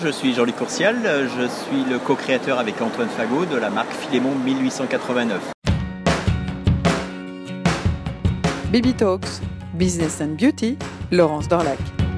je suis Jean-Luc Courcial, je suis le co-créateur avec Antoine Fagot de la marque Philémon 1889. Baby Talks, Business and Beauty, Laurence Dorlac.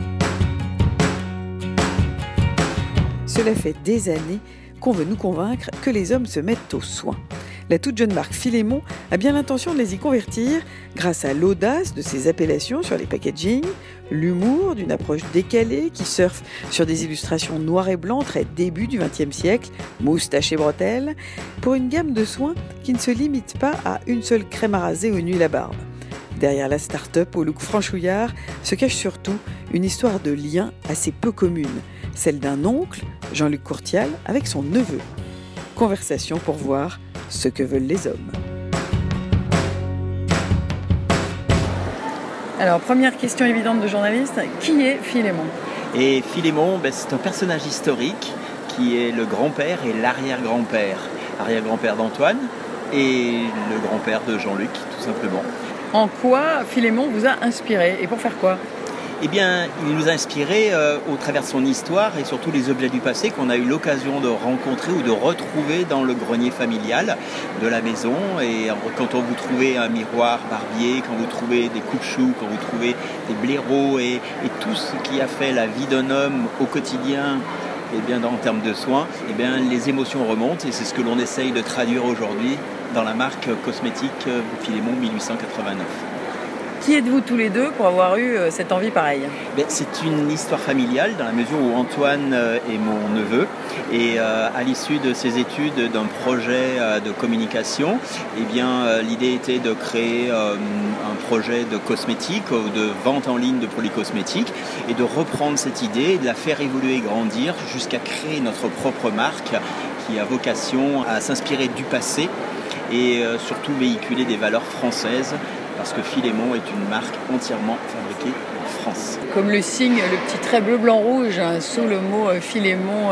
Cela fait des années qu'on veut nous convaincre que les hommes se mettent aux soins. La toute jeune marque Philémon a bien l'intention de les y convertir grâce à l'audace de ses appellations sur les packagings, l'humour d'une approche décalée qui surfe sur des illustrations noir et blanc très début du XXe siècle, moustache et bretelles, pour une gamme de soins qui ne se limite pas à une seule crème à raser ou une huile à barbe. Derrière la start-up au look franchouillard se cache surtout une histoire de lien assez peu commune, celle d'un oncle, Jean-Luc Courcial, avec son neveu. Conversation pour voir ce que veulent les hommes. Alors, première question évidente de journaliste, qui est Philémon ? Et Philémon, c'est un personnage historique qui est le grand-père et l'arrière-grand-père. Arrière-grand-père d'Antoine et le grand-père de Jean-Luc, tout simplement. En quoi Philémon vous a inspiré et pour faire quoi ? Eh bien, il nous a inspiré au travers de son histoire et surtout les objets du passé qu'on a eu l'occasion de rencontrer ou de retrouver dans le grenier familial de la maison. Et quand vous trouvez un miroir barbier, quand vous trouvez des coupe-choux, quand vous trouvez des blaireaux et tout ce qui a fait la vie d'un homme au quotidien, eh bien, en termes de soins, eh bien, les émotions remontent et c'est ce que l'on essaye de traduire aujourd'hui dans la marque cosmétique Philémon 1889. Qui êtes-vous tous les deux pour avoir eu cette envie pareille ? C'est une histoire familiale dans la mesure où Antoine est mon neveu et à l'issue de ses études d'un projet de communication, eh bien, l'idée était de créer un projet de cosmétique ou de vente en ligne de produits cosmétiques et de reprendre cette idée et de la faire évoluer et grandir jusqu'à créer notre propre marque qui a vocation à s'inspirer du passé et surtout véhiculer des valeurs françaises. Parce que Philémon est une marque entièrement fabriquée en France. Comme le signe, le petit trait bleu, blanc, rouge, sous le mot Philémon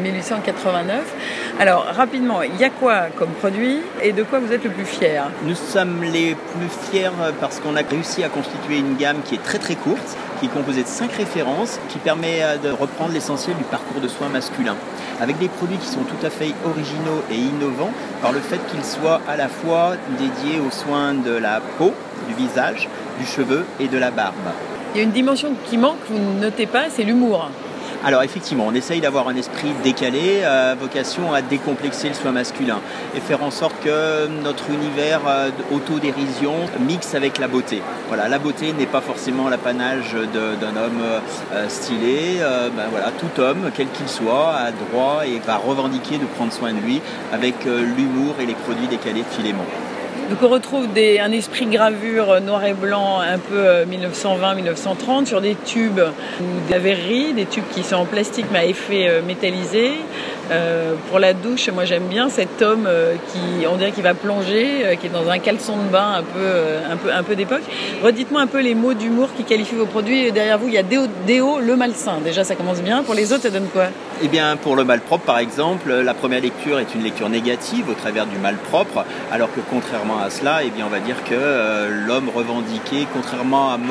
1889. Alors, rapidement, il y a quoi comme produit et de quoi vous êtes le plus fier ? Nous sommes les plus fiers parce qu'on a réussi à constituer une gamme qui est très très courte, qui est composée de 5 références, qui permet de reprendre l'essentiel du parcours de soins masculin. Avec des produits qui sont tout à fait originaux et innovants par le fait qu'ils soient à la fois dédiés aux soins de la peau, du visage, du cheveu et de la barbe. Il y a une dimension qui manque, vous ne notez pas, c'est l'humour. Alors effectivement, on essaye d'avoir un esprit décalé, vocation à décomplexer le soin masculin et faire en sorte que notre univers d'autodérision mixe avec la beauté. Voilà, la beauté n'est pas forcément l'apanage d'un homme stylé. Tout homme, quel qu'il soit, a droit et va revendiquer de prendre soin de lui avec l'humour et les produits décalés de Philémon. Donc on retrouve un esprit gravure noir et blanc un peu 1920-1930 sur des tubes ou de la verrerie, des tubes qui sont en plastique mais à effet métallisé. Pour la douche, moi j'aime bien cet homme qui, on dirait qu'il va plonger, qui est dans un caleçon de bain un peu d'époque. Redites-moi un peu les mots d'humour qui qualifient vos produits. Derrière vous, il y a Déo le malsain. Déjà, ça commence bien. Pour les autres, ça donne quoi ? Eh bien, pour le malpropre, par exemple, la première lecture est une lecture négative au travers du malpropre, alors que contrairement à cela, eh bien, on va dire que l'homme revendiqué, contrairement à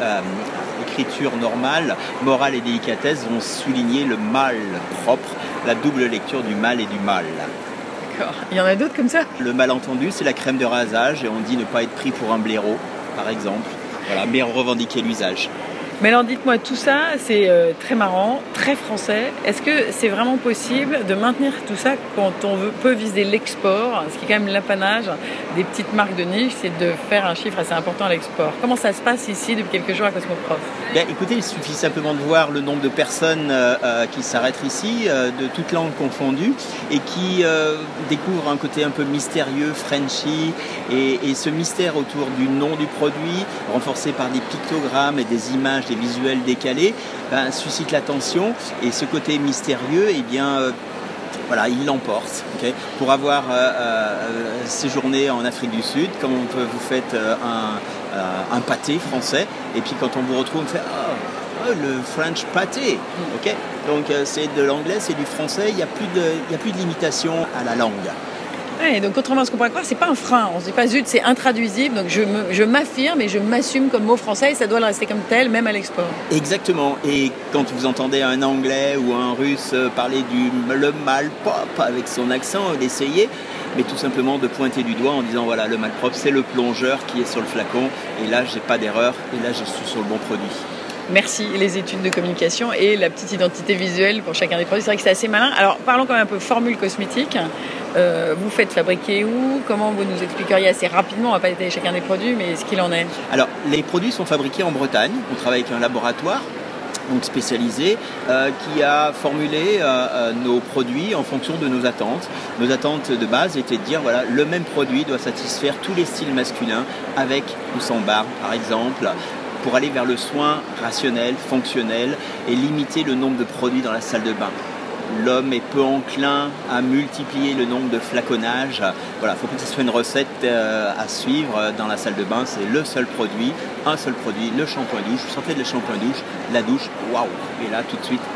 écriture normale, morale et délicatesse, vont souligner le mal propre, la double lecture du mal et du mal. D'accord. Il y en a d'autres comme ça ? Le malentendu, c'est la crème de rasage et on dit ne pas être pris pour un blaireau, par exemple. Voilà, mais revendiquer l'usage. Mais alors dites-moi, tout ça, c'est très marrant, très français. Est-ce que c'est vraiment possible de maintenir tout ça quand on peut viser l'export, ce qui est quand même l'apanage des petites marques de niche, c'est de faire un chiffre assez important à l'export. Comment ça se passe ici depuis quelques jours à Cosmoprof ? Bien, écoutez, il suffit simplement de voir le nombre de personnes qui s'arrêtent ici, de toutes langues confondues, et qui découvrent un côté un peu mystérieux, Frenchy, et ce mystère autour du nom du produit, renforcé par des pictogrammes et des images, des visuels décalés, suscite l'attention, et ce côté mystérieux, eh bien, il l'emporte. Okay, pour avoir séjourné en Afrique du Sud, comme vous faites un pâté français, et puis quand on vous retrouve, on fait le French pâté. Okay, donc c'est de l'anglais, c'est du français, il n'y a plus de limitation à la langue. Ouais, donc contrairement à ce qu'on pourrait croire, c'est pas un frein. On se dit pas zut, c'est intraduisible, donc je m'affirme et je m'assume comme mot français et ça doit le rester comme tel, même à l'export. Exactement. Et quand vous entendez un Anglais ou un Russe parler le malpropre avec son accent, d'essayer, mais tout simplement de pointer du doigt en disant voilà, le malpropre, c'est le plongeur qui est sur le flacon. Et là, j'ai pas d'erreur. Et là, je suis sur le bon produit. Merci, les études de communication et la petite identité visuelle pour chacun des produits. C'est vrai que c'est assez malin. Alors, parlons quand même un peu formule cosmétique. Vous faites fabriquer où? Comment vous nous expliqueriez assez rapidement, on ne va pas détailler chacun des produits, mais ce qu'il en est? Alors, les produits sont fabriqués en Bretagne. On travaille avec un laboratoire donc spécialisé qui a formulé nos produits en fonction de nos attentes. Nos attentes de base étaient de dire voilà, le même produit doit satisfaire tous les styles masculins avec ou sans barbe, par exemple, pour aller vers le soin rationnel, fonctionnel et limiter le nombre de produits dans la salle de bain. L'homme est peu enclin à multiplier le nombre de flaconnages. Voilà, il faut pas que ce soit une recette à suivre dans la salle de bain. C'est le seul produit, un seul produit, le shampoing douche. Vous sortez le shampoing douche, la douche, waouh! Et là, tout de suite.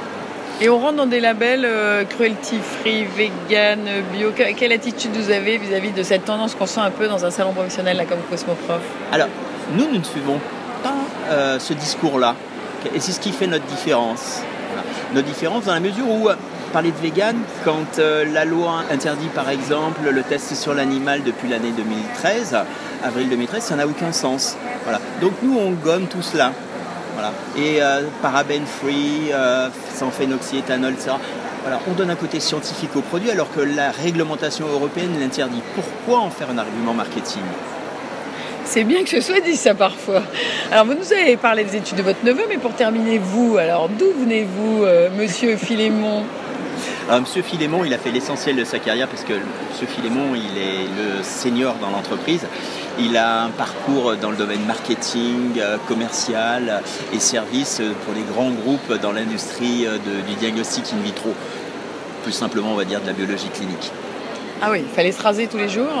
Et on rentre dans des labels cruelty free, vegan, bio. Quelle attitude vous avez vis-à-vis de cette tendance qu'on sent un peu dans un salon professionnel là, comme Cosmoprof? Alors, nous ne suivons pas ce discours-là. Et c'est ce qui fait notre différence. Voilà. Notre différence dans la mesure où, parler de vegan, quand la loi interdit par exemple le test sur l'animal depuis l'année 2013, avril 2013, ça n'a aucun sens. Voilà. Donc nous, on gomme tout cela. Voilà. Et parabènes free, sans phénoxyéthanol, etc. Voilà. On donne un côté scientifique au produit alors que la réglementation européenne l'interdit. Pourquoi en faire un argument marketing ? C'est bien que ce soit dit ça parfois. Alors vous nous avez parlé des études de votre neveu, mais pour terminer vous, alors d'où venez-vous, monsieur Philémon? Alors, monsieur Philémon, il a fait l'essentiel de sa carrière parce que monsieur Philémon, il est le senior dans l'entreprise. Il a un parcours dans le domaine marketing, commercial et services pour les grands groupes dans l'industrie du diagnostic in vitro. Plus simplement, on va dire de la biologie clinique. Ah oui, il fallait se raser tous les jours?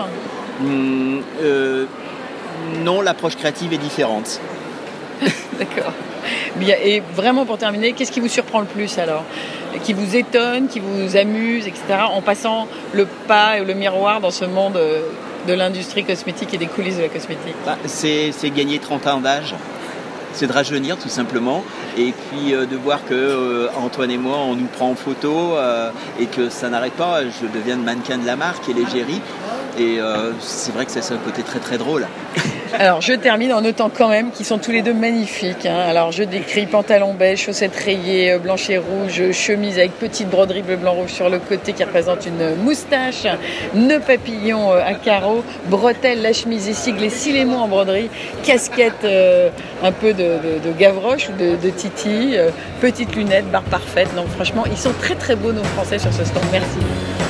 Non, l'approche créative est différente. D'accord. Bien, et vraiment pour terminer, qu'est-ce qui vous surprend le plus alors? Qui vous étonne, qui vous amuse, etc. en passant le pas et le miroir dans ce monde de l'industrie cosmétique et des coulisses de la cosmétique? C'est gagner 30 ans d'âge. C'est de rajeunir tout simplement. Et puis de voir que Antoine et moi, on nous prend en photo et que ça n'arrête pas. Je deviens le mannequin de la marque et l'égérie. Et c'est vrai que c'est un côté très très drôle. Alors je termine en notant quand même qu'ils sont tous les deux magnifiques. Alors je décris pantalon beige, chaussettes rayées, blanches et rouges, chemise avec petite broderie bleu blanc rouge sur le côté qui représente une moustache, nœud papillon à carreaux, bretelles, la chemise est siglée 6 éléments en broderie, casquette un peu de Gavroche ou de Titi, petites lunettes, barre parfaite. Donc franchement ils sont très très beaux nos Français sur ce stand. Merci.